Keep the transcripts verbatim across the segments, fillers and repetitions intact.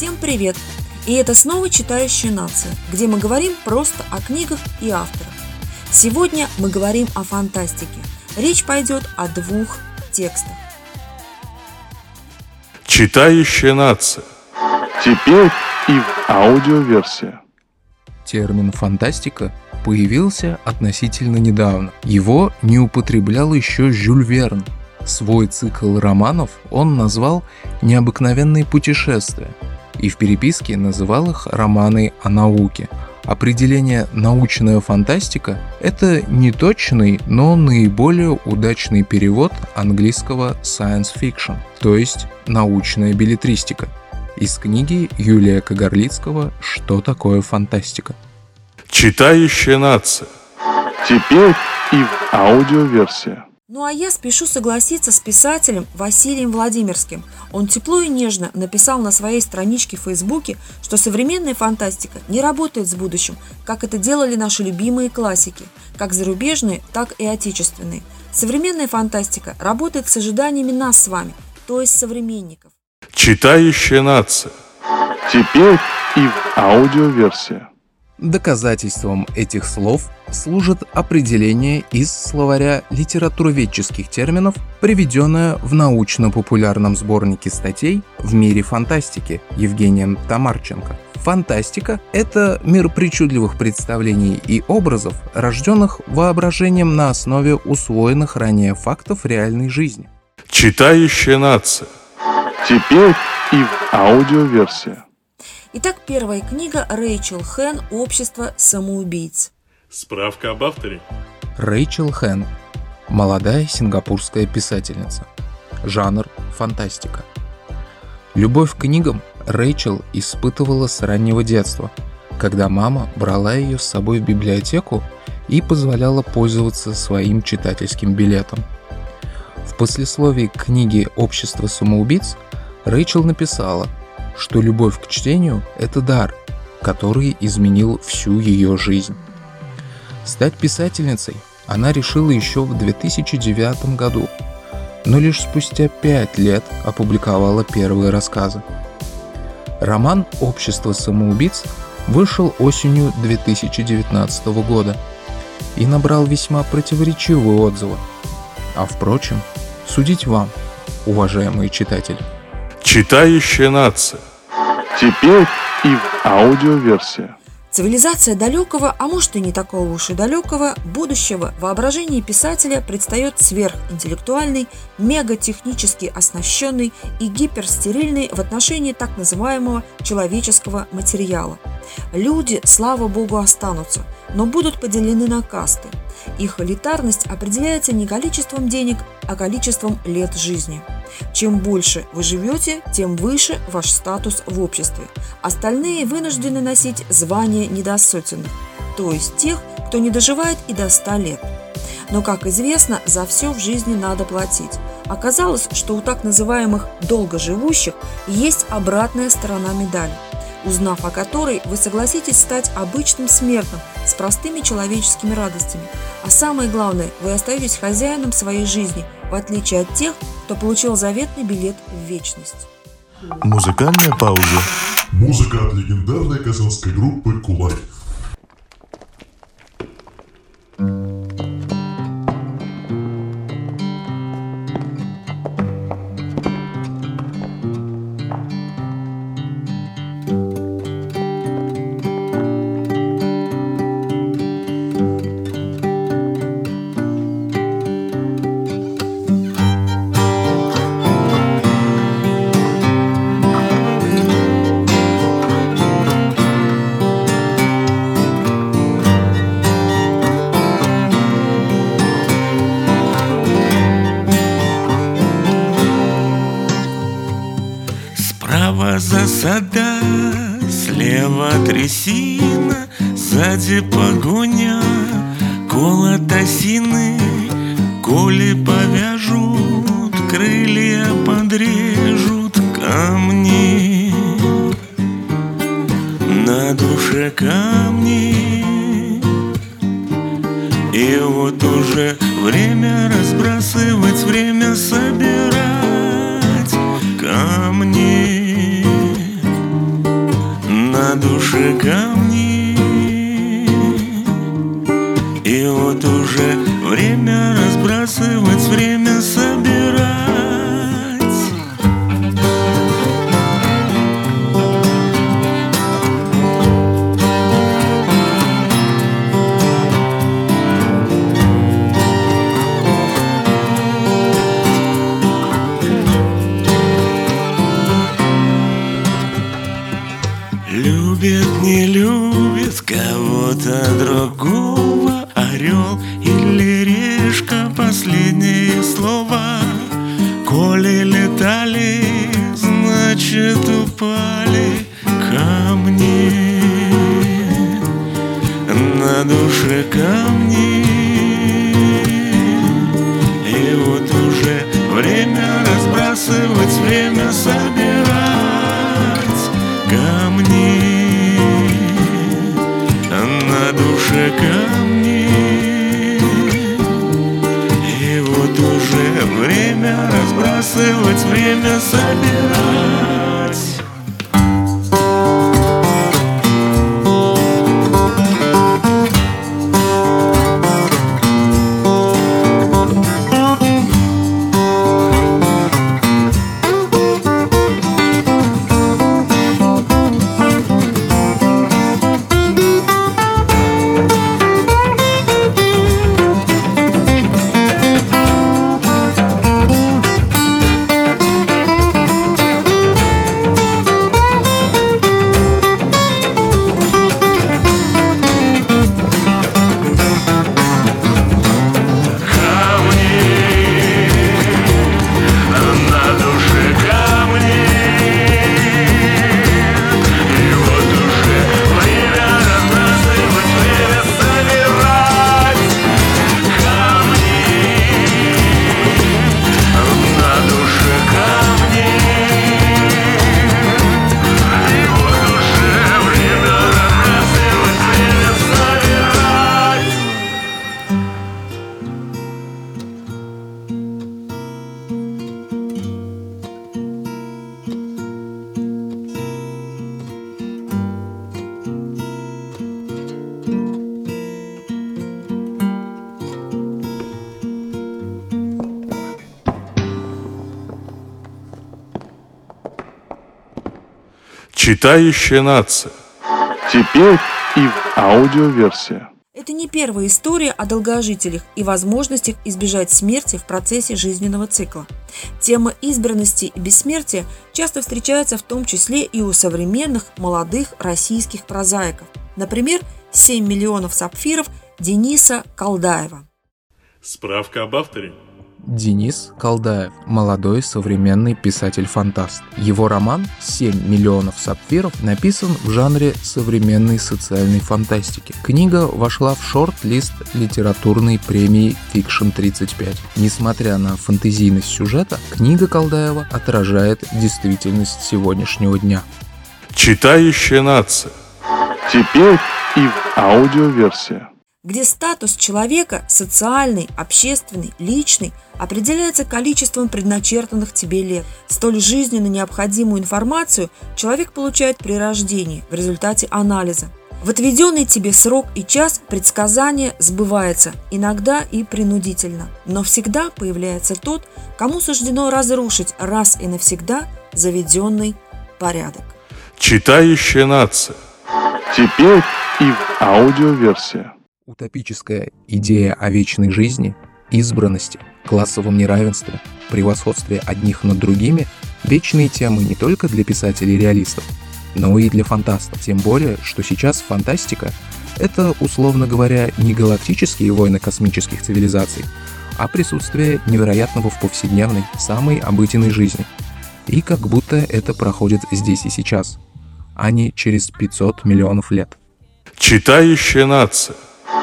Всем привет! И это снова «Читающая нация», где мы говорим просто о книгах и авторах. Сегодня мы говорим о фантастике. Речь пойдет о двух текстах. «Читающая нация». Теперь и в аудиоверсии. Термин «фантастика» появился относительно недавно. Его не употреблял еще Жюль Верн. Свой цикл романов он назвал «Необыкновенные путешествия» и в переписке называл их романы о науке. Определение «научная фантастика» — это неточный, но наиболее удачный перевод английского science fiction, то есть научная беллетристика, из книги Юлия Кагарлицкого «Что такое фантастика?». «Читающая нация». Теперь и в аудиоверсии. Ну а я спешу согласиться с писателем Василием Владимирским. Он тепло и нежно написал на своей страничке в Фейсбуке, что современная фантастика не работает с будущим, как это делали наши любимые классики, как зарубежные, так и отечественные. Современная фантастика работает с ожиданиями нас с вами, то есть современников. «Читающая нация». Теперь и в аудиоверсии. Доказательством этих слов служит определение из словаря литературоведческих терминов, приведенное в научно-популярном сборнике статей «В мире фантастики» Евгением Тамарченко. Фантастика — это мир причудливых представлений и образов, рожденных воображением на основе усвоенных ранее фактов реальной жизни. «Читающая нация». Теперь и в аудиоверсии. Итак, первая книга Рэйчел Хэн «Общество самоубийц». Справка об авторе. Рэйчел Хэн. Молодая сингапурская писательница. Жанр – фантастика. Любовь к книгам Рэйчел испытывала с раннего детства, когда мама брала ее с собой в библиотеку и позволяла пользоваться своим читательским билетом. В послесловии к книге «Общество самоубийц» Рэйчел написала, что любовь к чтению – это дар, который изменил всю ее жизнь. Стать писательницей она решила еще в две тысячи девятом году, но лишь спустя пять лет опубликовала первые рассказы. Роман «Общество самоубийц» вышел осенью две тысячи девятнадцатого года и набрал весьма противоречивые отзывы. А впрочем, судить вам, уважаемые читатели. «Читающая нация». Теперь и в аудиоверсии. Цивилизация далекого, а может и не такого уж и далекого, будущего воображения писателя предстает сверхинтеллектуальной, мегатехнически оснащенной и гиперстерильной в отношении так называемого человеческого материала. Люди, слава богу, останутся, но будут поделены на касты. Их элитарность определяется не количеством денег, а количеством лет жизни. Чем больше вы живете, тем выше ваш статус в обществе. Остальные вынуждены носить звание недосотенных, то есть тех, кто не доживает и до ста лет. Но, как известно, за все в жизни надо платить. Оказалось, что у так называемых долгоживущих есть обратная сторона медали, узнав о которой, вы согласитесь стать обычным смертным с простыми человеческими радостями. А самое главное, вы остаетесь хозяином своей жизни, в отличие от тех, кто получил заветный билет в вечность. Музыкальная пауза. Музыка от легендарной казанской группы «Кулак». Справа засада, слева трясина, сзади погоня, колот осины. Коли повяжут, крылья подрежут камни, на душе камни. И вот уже время разбрасывать, время собирать камни. душе камни. И вот уже время разбрасывать, время собирать. Любит, не любит кого-то другого, орел или решка, последнее слово. Коли летали, значит упали камни. На душе камни. И вот уже время разбрасывать, время собирать камни. На душе камни. И вот уже время разбрасывать, время собирать. Читающая нация. Теперь и в аудиоверсии. Это не первая история о долгожителях и возможностях избежать смерти в процессе жизненного цикла. Тема избранности и бессмертия часто встречается в том числе и у современных молодых российских прозаиков. Например, «Семь миллионов сапфиров» Дениса Колдаева. Справка об авторе. Денис Колдаев – молодой современный писатель-фантаст. Его роман «Семь миллионов сапфиров» написан в жанре современной социальной фантастики. Книга вошла в шорт-лист литературной премии «Фикшн тридцать пять». Несмотря на фэнтезийность сюжета, книга Колдаева отражает действительность сегодняшнего дня. Читающая нация. Теперь и в аудиоверсии. Где статус человека, социальный, общественный, личный, определяется количеством предначертанных тебе лет. Столь жизненно необходимую информацию человек получает при рождении в результате анализа. В отведенный тебе срок и час предсказание сбывается, иногда и принудительно. Но всегда появляется тот, кому суждено разрушить раз и навсегда заведенный порядок. Читающая нация. Теперь и в аудиоверсии. Утопическая идея о вечной жизни, избранности, классовом неравенстве, превосходстве одних над другими – вечные темы не только для писателей-реалистов, но и для фантастов. Тем более, что сейчас фантастика – это, условно говоря, не галактические войны космических цивилизаций, а присутствие невероятного в повседневной, самой обыденной жизни. И как будто это проходит здесь и сейчас, а не через пятьсот миллионов лет. Читающая нация.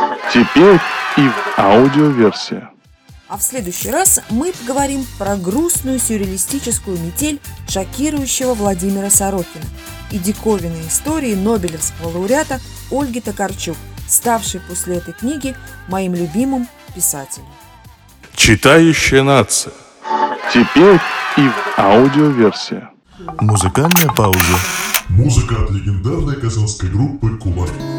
Теперь и в аудиоверсии. А в следующий раз мы поговорим про грустную сюрреалистическую метель шокирующего Владимира Сорокина и диковинные истории нобелевского лауреата Ольги Токарчук, ставшей после этой книги моим любимым писателем. Читающая нация. Теперь и в аудиоверсии. Музыкальная пауза. Музыка от легендарной казанской группы «Кулак».